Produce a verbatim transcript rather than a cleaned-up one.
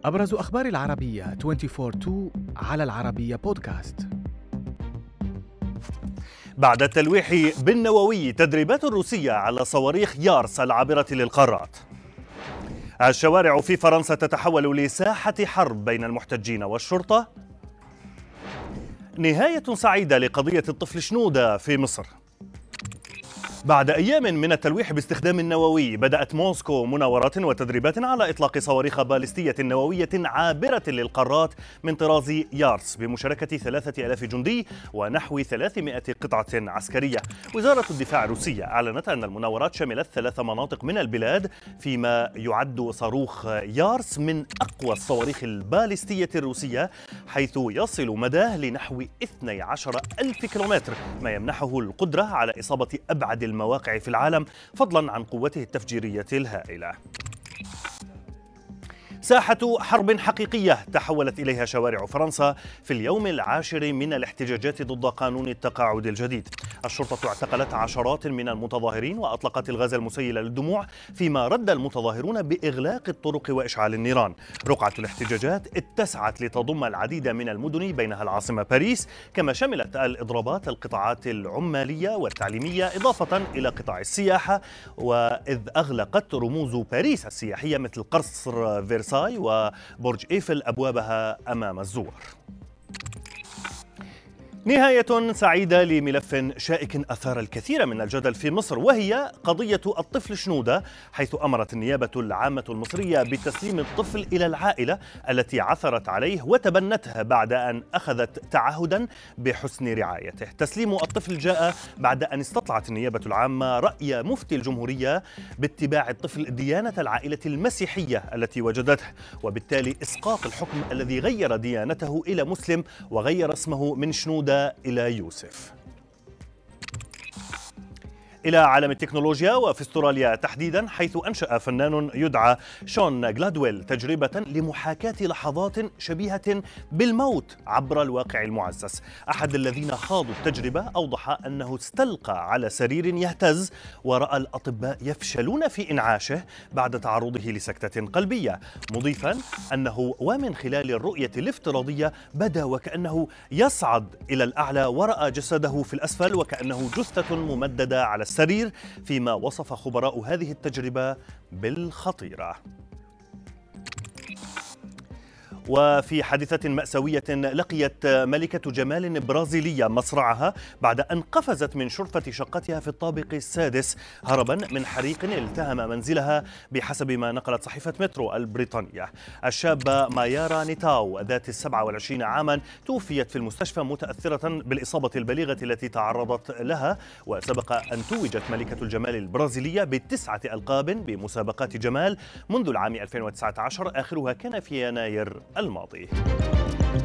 أبرز أخبار العربية أربعة وعشرين اثنين على العربية بودكاست. بعد التلويح بالنووي، تدريبات روسية على صواريخ يارس العابرة للقارات. الشوارع في فرنسا تتحول لساحة حرب بين المحتجين والشرطة. نهاية سعيدة لقضية الطفل شنودة في مصر. بعد أيام من التلويح باستخدام النووي، بدأت موسكو مناورات وتدريبات على إطلاق صواريخ باليستية نووية عابرة للقارات من طراز يارس بمشاركة ثلاثة آلاف جندي ونحو ثلاثمائة قطعة عسكرية. وزارة الدفاع الروسية أعلنت أن المناورات شملت ثلاث مناطق من البلاد، فيما يعد صاروخ يارس من أقوى الصواريخ الباليستية الروسية، حيث يصل مداه لنحو اثني عشر ألف كيلومتر، ما يمنحه القدرة على إصابة أبعد المواقع في العالم، فضلا عن قوته التفجيرية الهائلة. ساحة حرب حقيقية تحولت إليها شوارع فرنسا في اليوم العاشر من الاحتجاجات ضد قانون التقاعد الجديد. الشرطة اعتقلت عشرات من المتظاهرين وأطلقت الغاز المسيل للدموع، فيما رد المتظاهرون بإغلاق الطرق وإشعال النيران. رقعة الاحتجاجات اتسعت لتضم العديد من المدن بينها العاصمة باريس، كما شملت الإضرابات القطاعات العمالية والتعليمية، إضافة إلى قطاع السياحة، وإذ أغلقت رموز باريس السياحية مثل قصر فيرساي وبرج إيفل أبوابها أمام الزوار. نهاية سعيدة لملف شائك أثار الكثير من الجدل في مصر، وهي قضية الطفل شنودة، حيث أمرت النيابة العامة المصرية بتسليم الطفل إلى العائلة التي عثرت عليه وتبنته بعد أن أخذت تعهدا بحسن رعايته. تسليم الطفل جاء بعد أن استطلعت النيابة العامة رأي مفتي الجمهورية باتباع الطفل ديانة العائلة المسيحية التي وجدته، وبالتالي إسقاط الحكم الذي غير ديانته إلى مسلم وغير اسمه من شنودة إلى يوسف. إلى عالم التكنولوجيا، وفي استراليا تحديدا، حيث أنشأ فنان يدعى شون جلادويل تجربة لمحاكاة لحظات شبيهة بالموت عبر الواقع المعزز. أحد الذين خاضوا التجربة أوضح أنه استلقى على سرير يهتز، ورأى الأطباء يفشلون في إنعاشه بعد تعرضه لسكتة قلبية، مضيفا أنه ومن خلال الرؤية الافتراضية بدا وكأنه يصعد إلى الأعلى، ورأى جسده في الأسفل وكأنه جثة ممددة على السرير، فيما وصف خبراء هذه التجربة بالخطيرة. وفي حادثة مأساوية، لقيت ملكة جمال برازيلية مصرعها بعد أن قفزت من شرفة شقتها في الطابق السادس هربا من حريق التهم منزلها، بحسب ما نقلت صحيفة مترو البريطانية. الشابة مايارا نيتاو ذات السبعة والعشرين عاما توفيت في المستشفى متأثرة بالإصابة البليغة التي تعرضت لها. وسبق أن توجت ملكة الجمال البرازيلية بتسعة ألقاب بمسابقات جمال منذ العام ألفين وتسعة عشر، آخرها كان في يناير الماضي.